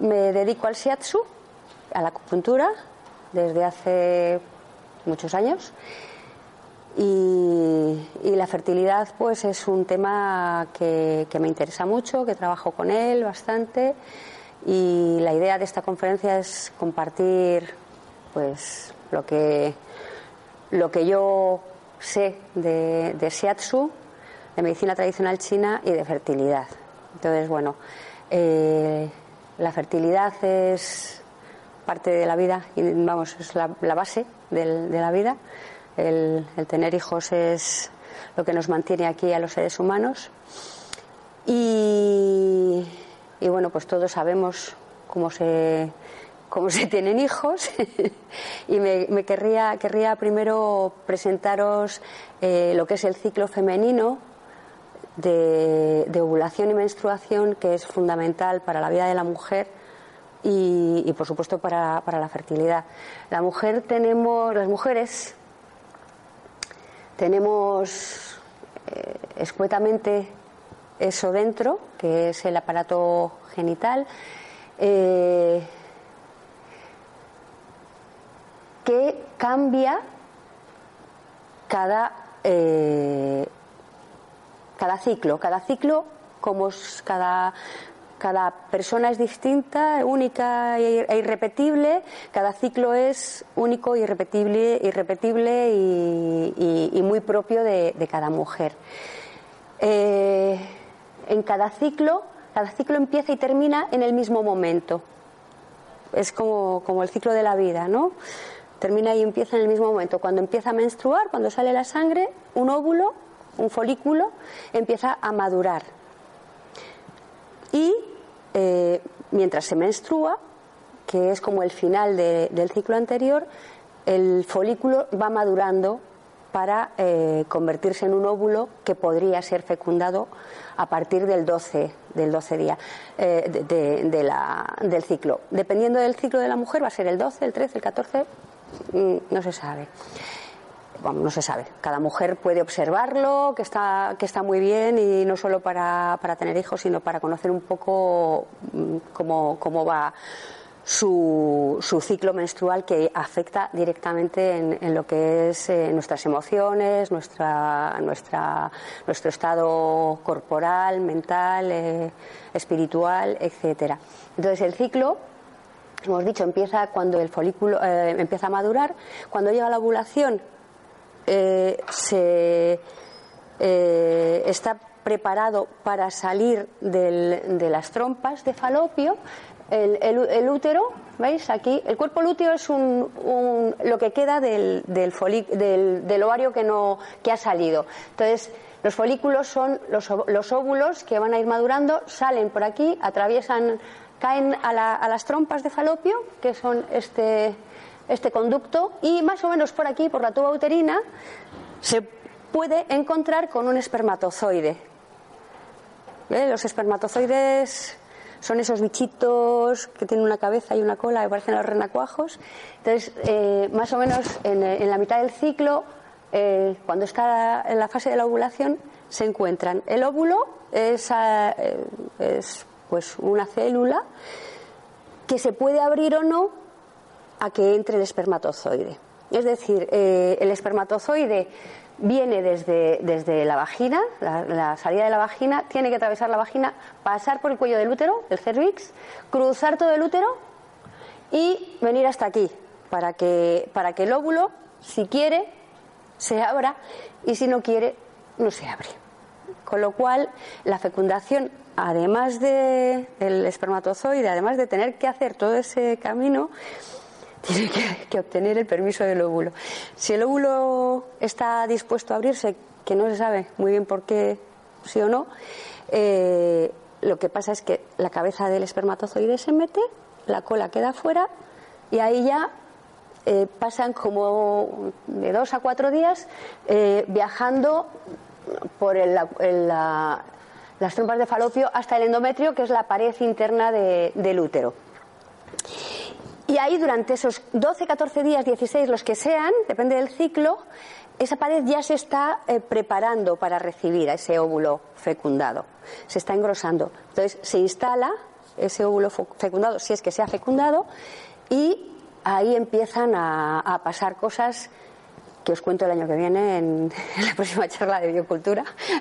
me dedico al shiatsu, a la acupuntura, desde hace muchos años. Y la fertilidad pues es un tema que me interesa mucho, que trabajo con él bastante, y la idea de esta conferencia es compartir pues lo que yo sé de shiatsu, de medicina tradicional china y de fertilidad. Entonces, bueno, la fertilidad es parte de la vida, y vamos, es la base de la vida. El tener hijos es lo que nos mantiene aquí a los seres humanos. Y bueno, pues todos sabemos cómo se tienen hijos. Y me querría primero presentaros lo que es el ciclo femenino de ovulación y menstruación, que es fundamental para la vida de la mujer y por supuesto para la fertilidad. Las mujeres tenemos escuetamente eso dentro, que es el aparato genital, que cambia cada ciclo. Cada ciclo, como cada persona es distinta, única e irrepetible, cada ciclo es único, irrepetible y muy propio de cada mujer. En cada ciclo empieza y termina en el mismo momento. Es como el ciclo de la vida, ¿no? Termina y empieza en el mismo momento. Cuando empieza a menstruar, cuando sale la sangre, un óvulo, un folículo, empieza a madurar. Y mientras se menstrua, que es como el final del ciclo anterior, el folículo va madurando para convertirse en un óvulo que podría ser fecundado a partir del 12 día del ciclo. Dependiendo del ciclo de la mujer, va a ser el 12, el 13, el 14, no se sabe. Bueno, no se sabe. Cada mujer puede observarlo, que está muy bien, y no solo para tener hijos, sino para conocer un poco cómo va su ciclo menstrual, que afecta directamente en lo que es nuestras emociones, nuestro estado corporal, mental, espiritual, etcétera. Entonces el ciclo, hemos dicho, empieza cuando el folículo empieza a madurar. Cuando llega la ovulación, está preparado para salir de las trompas de falopio. El útero, ¿veis? Aquí el cuerpo lúteo es lo que queda del ovario que ha salido. Entonces los folículos son los óvulos que van a ir madurando, salen por aquí, caen a las trompas de falopio, que son este conducto, y más o menos por aquí, por la tuba uterina, se puede encontrar con un espermatozoide. Los espermatozoides son esos bichitos que tienen una cabeza y una cola que parecen los renacuajos. Entonces, más o menos en la mitad del ciclo, cuando está en la fase de la ovulación, se encuentran. El óvulo es pues una célula que se puede abrir o no a que entre el espermatozoide. Es decir, el espermatozoide viene desde la vagina, la salida de la vagina, tiene que atravesar la vagina, pasar por el cuello del útero, el cervix, cruzar todo el útero y venir hasta aquí, para que el óvulo, si quiere, se abra, y si no quiere, no se abre. Con lo cual, la fecundación, además del espermatozoide, además de tener que hacer todo ese camino, tiene que obtener el permiso del óvulo. Si el óvulo está dispuesto a abrirse, que no se sabe muy bien por qué, sí o no, lo que pasa es que la cabeza del espermatozoide se mete, la cola queda fuera, y ahí ya pasan como de 2 a 4 días viajando por las trompas de falopio hasta el endometrio, que es la pared interna del útero. Y ahí, durante esos 12, 14 días, 16, los que sean, depende del ciclo, esa pared ya se está preparando para recibir a ese óvulo fecundado. Se está engrosando. Entonces se instala ese óvulo fecundado, si es que se ha fecundado, y ahí empiezan a pasar cosas que os cuento el año que viene en la próxima charla de biocultura.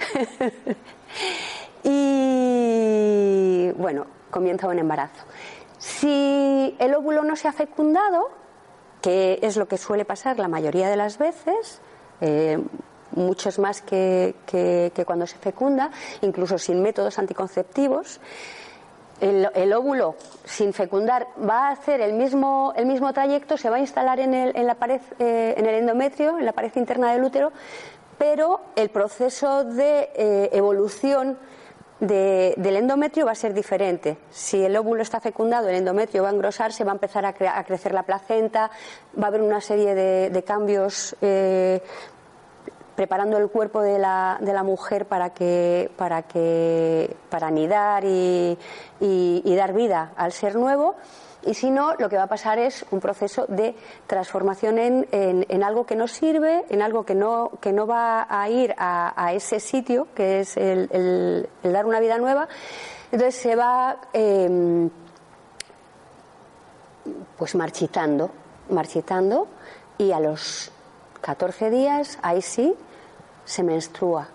Y bueno, comienza un embarazo. Si el óvulo no se ha fecundado, que es lo que suele pasar la mayoría de las veces, muchos más que cuando se fecunda, incluso sin métodos anticonceptivos, el óvulo sin fecundar va a hacer el mismo trayecto, se va a instalar en la pared, en el endometrio, en la pared interna del útero, pero el proceso de evolución del endometrio va a ser diferente. Si el óvulo está fecundado, el endometrio va a engrosarse, va a empezar a crecer la placenta, va a haber una serie de cambios preparando el cuerpo de la mujer para anidar y dar vida al ser nuevo. Y si no, lo que va a pasar es un proceso de transformación en algo que no sirve, en algo que no va a ir a ese sitio, que es el dar una vida nueva. Entonces se va pues marchitando, y a los 14 días, ahí sí, se menstrua,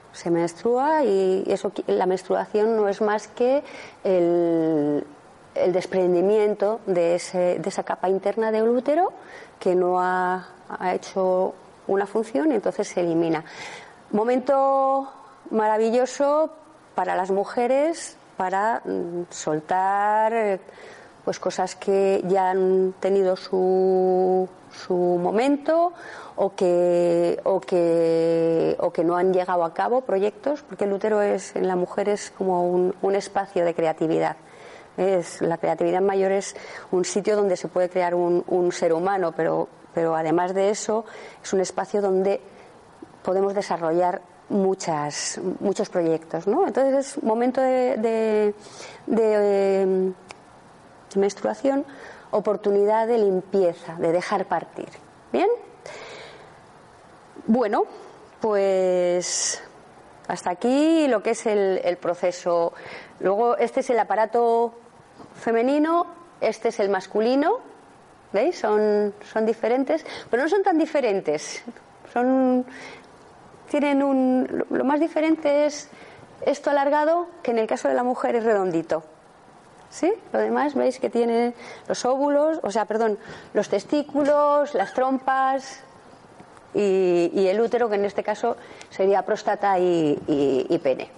y eso, la menstruación no es más que el desprendimiento de esa capa interna del útero que no ha hecho una función, y entonces se elimina. Momento maravilloso para las mujeres para soltar pues cosas que ya han tenido su momento o que no han llegado a cabo, proyectos, porque el útero en la mujer es como un espacio de creatividad. La creatividad mayor es un sitio donde se puede crear un ser humano, pero además de eso es un espacio donde podemos desarrollar muchos proyectos, ¿no? Entonces es momento de menstruación, oportunidad de limpieza, de dejar partir. ¿Bien? Bueno, pues hasta aquí lo que es el proceso. Luego este es el aparato femenino, este es el masculino. ¿Veis? Son diferentes, pero no son tan diferentes. Lo más diferente es esto alargado, que en el caso de la mujer es redondito. ¿Sí? Lo demás veis que tiene los óvulos, los testículos, las trompas y el útero, que en este caso sería próstata y pene.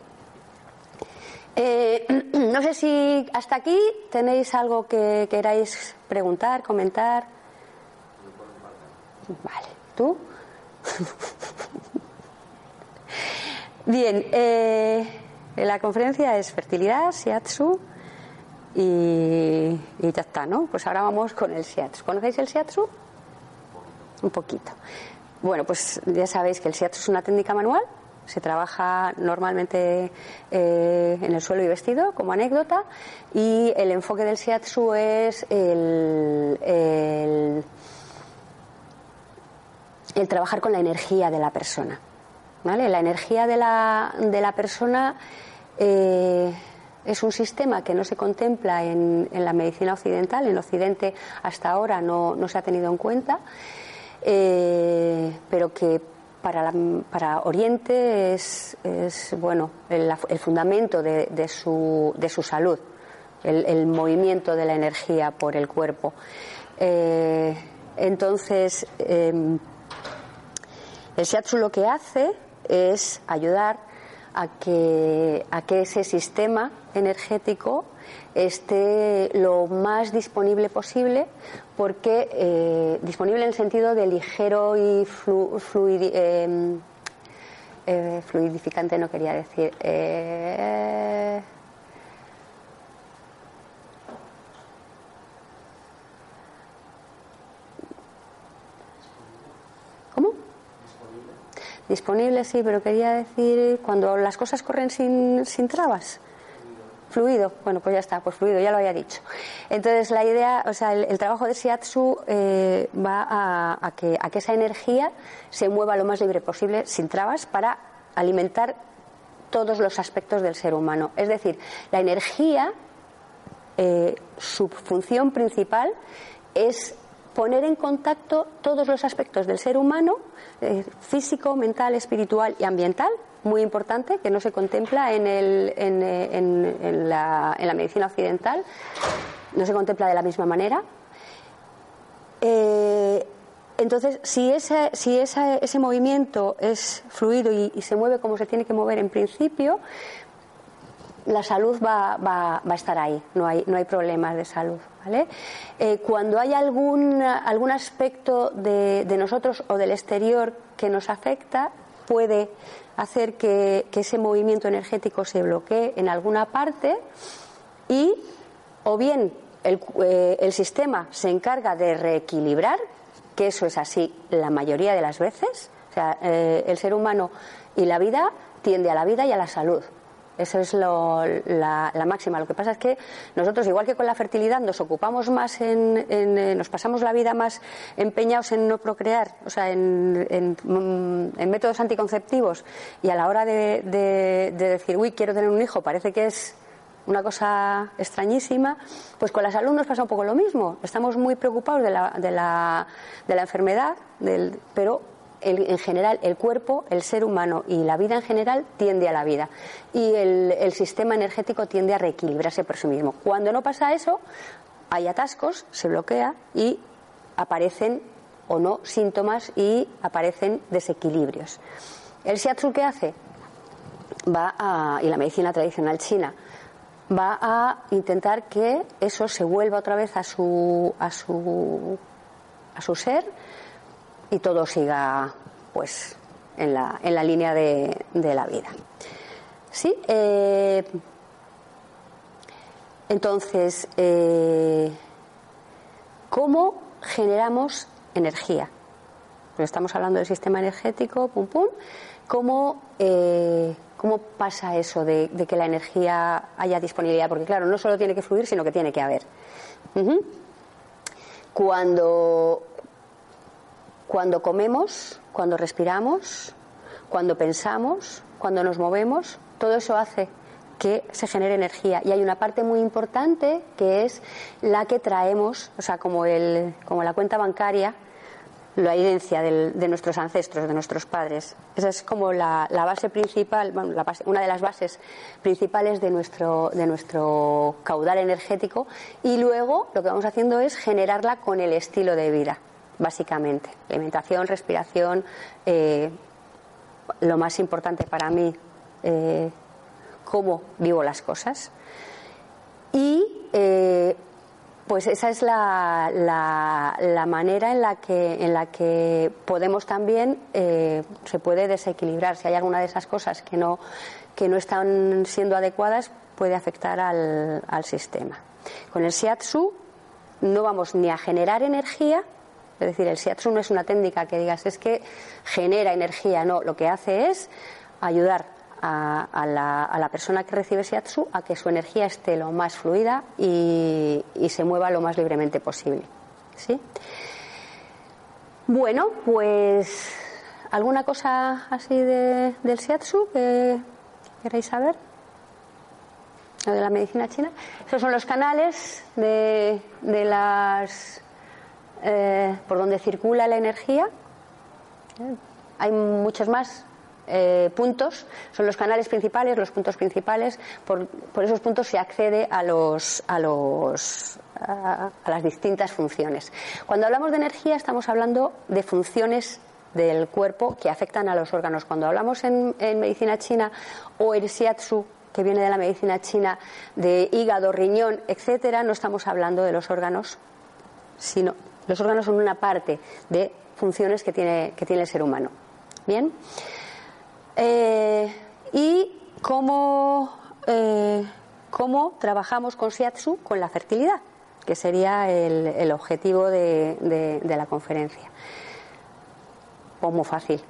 No sé si hasta aquí tenéis algo que queráis preguntar, comentar. Vale, ¿tú? Bien, la conferencia es fertilidad, shiatsu. Y ya está, ¿no? Pues ahora vamos con el shiatsu. ¿Conocéis el shiatsu? Un poquito. Bueno, pues ya sabéis que el shiatsu es una técnica manual. Se trabaja normalmente en el suelo y vestido, como anécdota. Y el enfoque del shiatsu es el trabajar con la energía de la persona, ¿vale? La energía de la persona es un sistema que no se contempla en la medicina occidental. En Occidente hasta ahora no se ha tenido en cuenta, pero que para Oriente es bueno, el fundamento de su salud, el movimiento de la energía por el cuerpo. Entonces el shiatsu lo que hace es ayudar a que ese sistema energético esté lo más disponible posible, porque disponible en el sentido de ligero y fluidificante, no quería decir. ¿Cómo? Disponible, sí, pero quería decir cuando las cosas corren sin trabas. Fluido, bueno, pues ya está, pues fluido, ya lo había dicho. Entonces la idea, el trabajo de shiatsu va a que esa energía se mueva lo más libre posible, sin trabas, para alimentar todos los aspectos del ser humano. Es decir, la energía su función principal es poner en contacto todos los aspectos del ser humano, físico, mental, espiritual y ambiental, muy importante, que no se contempla en la medicina occidental, no se contempla de la misma manera. Entonces, si ese movimiento es fluido y se mueve como se tiene que mover en principio, la salud va a estar ahí, no hay problemas de salud, ¿vale? Cuando hay algún aspecto de nosotros o del exterior que nos afecta, puede hacer que ese movimiento energético se bloquee en alguna parte y o bien el sistema se encarga de reequilibrar, que eso es así la mayoría de las veces, o sea, el ser humano y la vida tiende a la vida y a la salud. Eso es la máxima. Lo que pasa es que nosotros, igual que con la fertilidad, nos ocupamos más nos pasamos la vida más empeñados en no procrear, o sea, en métodos anticonceptivos, y a la hora de decir, uy, quiero tener un hijo, parece que es una cosa extrañísima. Pues con la salud nos pasa un poco lo mismo. Estamos muy preocupados de la enfermedad, pero en general el cuerpo, el ser humano y la vida en general tiende a la vida, y el sistema energético tiende a reequilibrarse por sí mismo. Cuando no pasa eso, hay atascos, se bloquea y aparecen o no síntomas y aparecen desequilibrios. El shiatsu, ¿qué hace? Y la medicina tradicional china va a intentar que eso se vuelva otra vez a su ser y todo siga, pues, en la línea de la vida. ¿Sí? Entonces, ¿cómo generamos energía? Pues estamos hablando del sistema energético, pum pum. ¿Cómo pasa eso de que la energía haya disponibilidad? Porque claro, no solo tiene que fluir, sino que tiene que haber. Cuando comemos, cuando respiramos, cuando pensamos, cuando nos movemos, todo eso hace que se genere energía. Y hay una parte muy importante que es la que traemos, o sea, como la cuenta bancaria, la herencia de nuestros ancestros, de nuestros padres. Esa es como la base principal, bueno, una de las bases principales de nuestro caudal energético, y luego lo que vamos haciendo es generarla con el estilo de vida, básicamente. Alimentación, respiración, lo más importante para mí, cómo vivo las cosas. Y pues esa es la manera en la que podemos también, se puede desequilibrar. Si hay alguna de esas cosas que no están siendo adecuadas, puede afectar al sistema. Con el shiatsu no vamos ni a generar energía, es decir, el shiatsu no es una técnica que digas es que genera energía, no, lo que hace es ayudar a la persona que recibe shiatsu a que su energía esté lo más fluida y se mueva lo más libremente posible. ¿Sí? Bueno, pues ¿alguna cosa así del shiatsu que queréis saber? ¿O de la medicina china? Esos son los canales de las por donde circula la energía. Hay muchos más puntos, son los canales principales, los puntos principales. Por esos puntos se accede a las distintas funciones. Cuando hablamos de energía estamos hablando de funciones del cuerpo que afectan a los órganos. Cuando hablamos en medicina china o el shiatsu, que viene de la medicina china, de hígado, riñón, etcétera, no estamos hablando de los órganos, sino los órganos son una parte de funciones que tiene el ser humano. Bien. Y cómo trabajamos con shiatsu, con la fertilidad, que sería el objetivo de la conferencia. Pues muy fácil.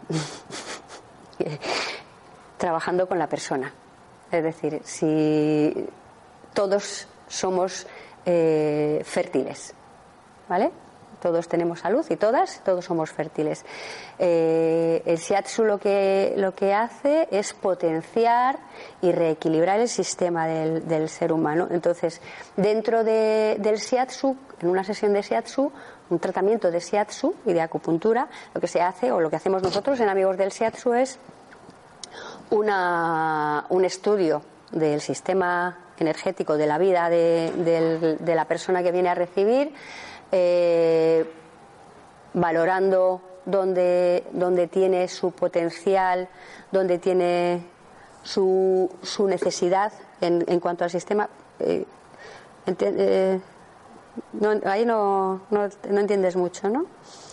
Trabajando con la persona. Es decir, si todos somos fértiles, ¿vale? todos tenemos salud y todos somos fértiles. El shiatsu lo que hace es potenciar y reequilibrar el sistema del ser humano. Entonces, dentro del shiatsu, en una sesión de shiatsu, un tratamiento de shiatsu y de acupuntura, lo que se hace, o lo que hacemos nosotros en Amigos del Shiatsu, es un estudio del sistema energético de la vida de la persona que viene a recibir, valorando dónde tiene su potencial, dónde tiene su necesidad en cuanto al sistema. Ahí no entiendes mucho, ¿no?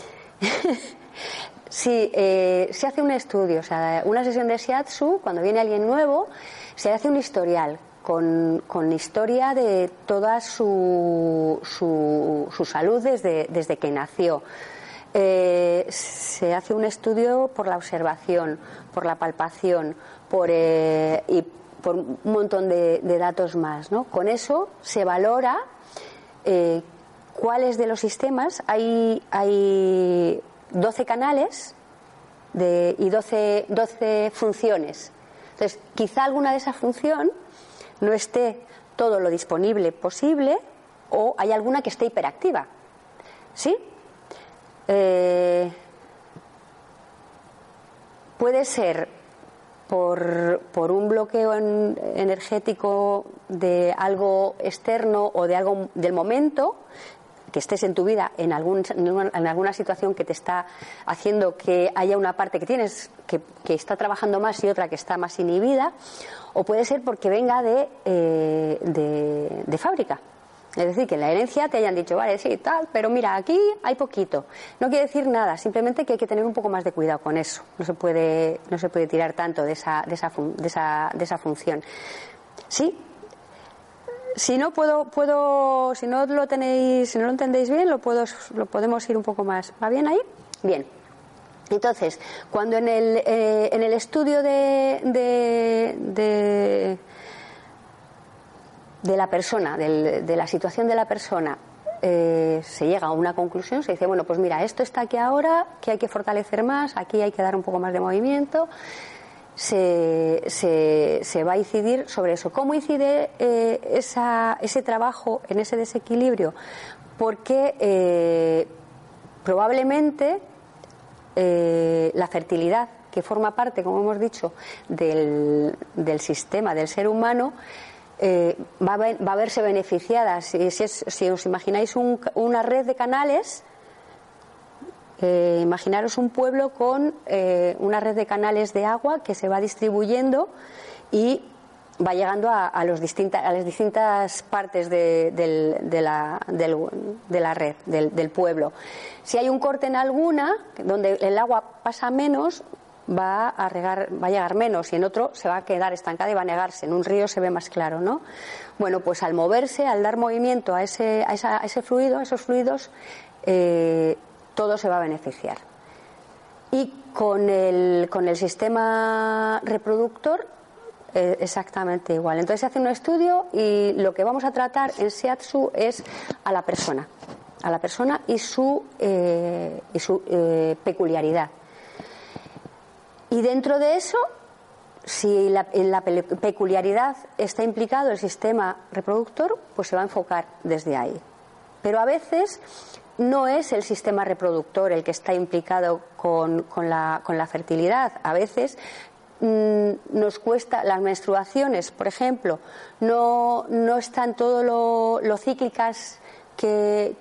Sí, se hace un estudio, o sea, una sesión de shiatsu, cuando viene alguien nuevo, se hace un historial con historia de toda su salud desde que nació. Se hace un estudio por la observación, por la palpación, y por un montón de datos más, ¿no? Con eso se valora cuáles de los sistemas hay 12 canales y 12 funciones. Entonces, quizá alguna de esa función no esté todo lo disponible posible, o hay alguna que esté hiperactiva. ¿Sí? Puede ser por un bloqueo energético de algo externo o de algo del momento, que estés en tu vida en alguna situación que te está haciendo que haya una parte que tienes que está trabajando más y otra que está más inhibida, o puede ser porque venga de fábrica. Es decir, que en la herencia te hayan dicho, vale, sí, tal, pero mira, aquí hay poquito. No quiere decir nada, simplemente que hay que tener un poco más de cuidado con eso. No se puede tirar tanto de esa función. Sí. Si no si no lo entendéis bien, lo podemos ir un poco más. ¿Va bien ahí? Bien. Entonces, cuando en el estudio de la persona, de la situación de la persona, se llega a una conclusión, se dice, bueno, pues mira, esto está aquí ahora, que hay que fortalecer más, aquí hay que dar un poco más de movimiento. Se va a incidir sobre eso. ¿Cómo incide ese trabajo en ese desequilibrio? Porque probablemente la fertilidad, que forma parte, como hemos dicho, del sistema del ser humano, va a verse beneficiada. Si os imagináis una red de canales, imaginaros un pueblo con una red de canales de agua que se va distribuyendo y va llegando a las distintas partes de la red, del pueblo. Si hay un corte en alguna, donde el agua pasa menos, va a llegar menos, y en otro se va a quedar estancada y va a negarse. En un río se ve más claro, ¿no? Bueno, pues al moverse, al dar movimiento a ese fluido, a esos fluidos, todo se va a beneficiar. Y con el sistema reproductor exactamente igual. Entonces se hace un estudio y lo que vamos a tratar en shiatsu es a la persona y su peculiaridad. Y dentro de eso, si en la peculiaridad está implicado el sistema reproductor, pues se va a enfocar desde ahí. Pero a veces no es el sistema reproductor el que está implicado con la fertilidad. A veces nos cuesta, las menstruaciones, por ejemplo, no están todo lo cíclicas que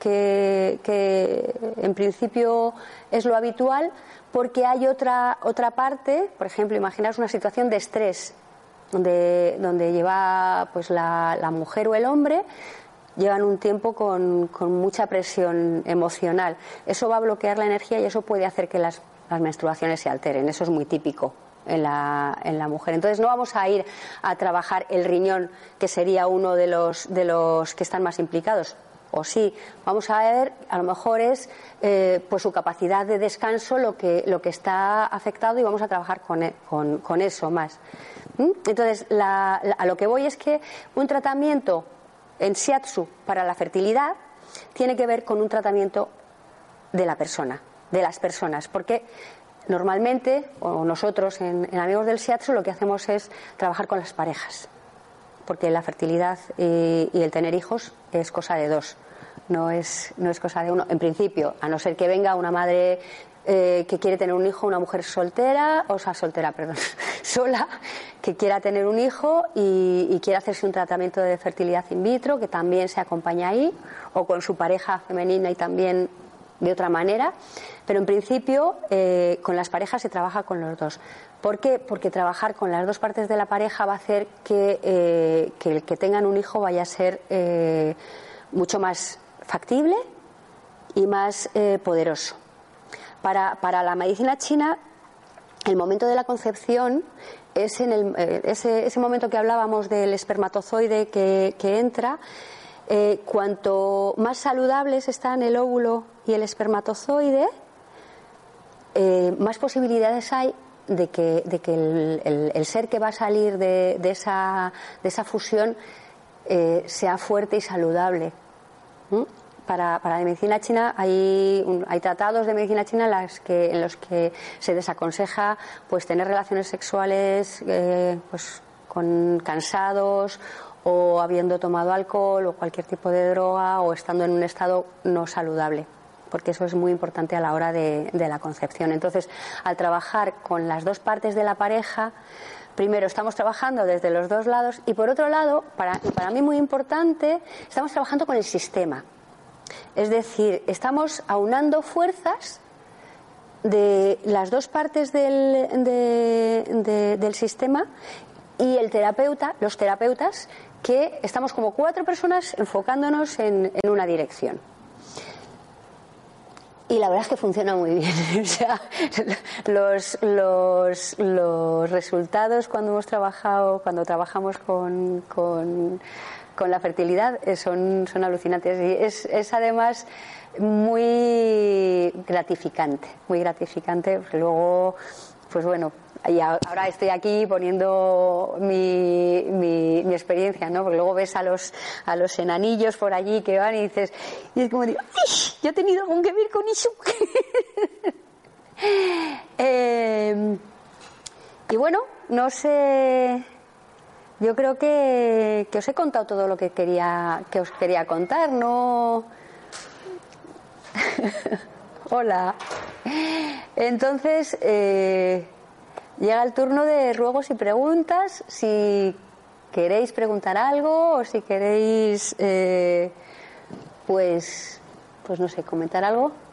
en principio es lo habitual, porque hay otra parte. Por ejemplo, imaginaos una situación de estrés donde lleva pues la mujer o el hombre, llevan un tiempo con mucha presión emocional. Eso va a bloquear la energía y eso puede hacer que las menstruaciones se alteren. Eso es muy típico en la mujer. Entonces no vamos a ir a trabajar el riñón, que sería uno de los que están más implicados. O sí, vamos a ver, a lo mejor es pues su capacidad de descanso lo que está afectado, y vamos a trabajar con eso más. Entonces, a lo que voy es que un tratamiento en shiatsu para la fertilidad tiene que ver con un tratamiento de la persona, de las personas, porque normalmente, o nosotros en Amigos del Shiatsu, lo que hacemos es trabajar con las parejas, porque la fertilidad y el tener hijos es cosa de dos, no es cosa de uno, en principio, a no ser que venga una madre que quiere tener un hijo, una mujer soltera, sola, que quiera tener un hijo y quiera hacerse un tratamiento de fertilidad in vitro, que también se acompaña ahí, o con su pareja femenina y también de otra manera, pero en principio con las parejas se trabaja con los dos. ¿Por qué? Porque trabajar con las dos partes de la pareja va a hacer que el que tengan un hijo vaya a ser mucho más factible y más poderoso. Para la medicina china, el momento de la concepción es en ese momento que hablábamos del espermatozoide que entra. Cuanto más saludables están el óvulo y el espermatozoide, más posibilidades hay de que el ser que va a salir de esa fusión sea fuerte y saludable. Para la medicina china hay tratados de medicina china en los que se desaconseja pues tener relaciones sexuales pues con cansados, o habiendo tomado alcohol o cualquier tipo de droga, o estando en un estado no saludable, porque eso es muy importante a la hora de la concepción. Entonces, al trabajar con las dos partes de la pareja, primero estamos trabajando desde los dos lados, y por otro lado, para mí muy importante, estamos trabajando con el sistema. Es decir, estamos aunando fuerzas de las dos partes del sistema y el terapeuta, los terapeutas, que estamos como 4 personas enfocándonos en una dirección. Y la verdad es que funciona muy bien. O sea, los resultados cuando trabajamos con la fertilidad son alucinantes, y es además muy gratificante, porque luego, pues bueno, y ahora estoy aquí poniendo mi experiencia, ¿no? Porque luego ves a los enanillos por allí que van y dices, y es como digo, ¡ay! Yo he tenido algo que ver con eso. Y bueno, no sé, yo creo que os he contado todo lo que os quería contar, ¿no? Hola. Entonces, llega el turno de ruegos y preguntas. Si queréis preguntar algo, o si queréis, pues no sé, comentar algo.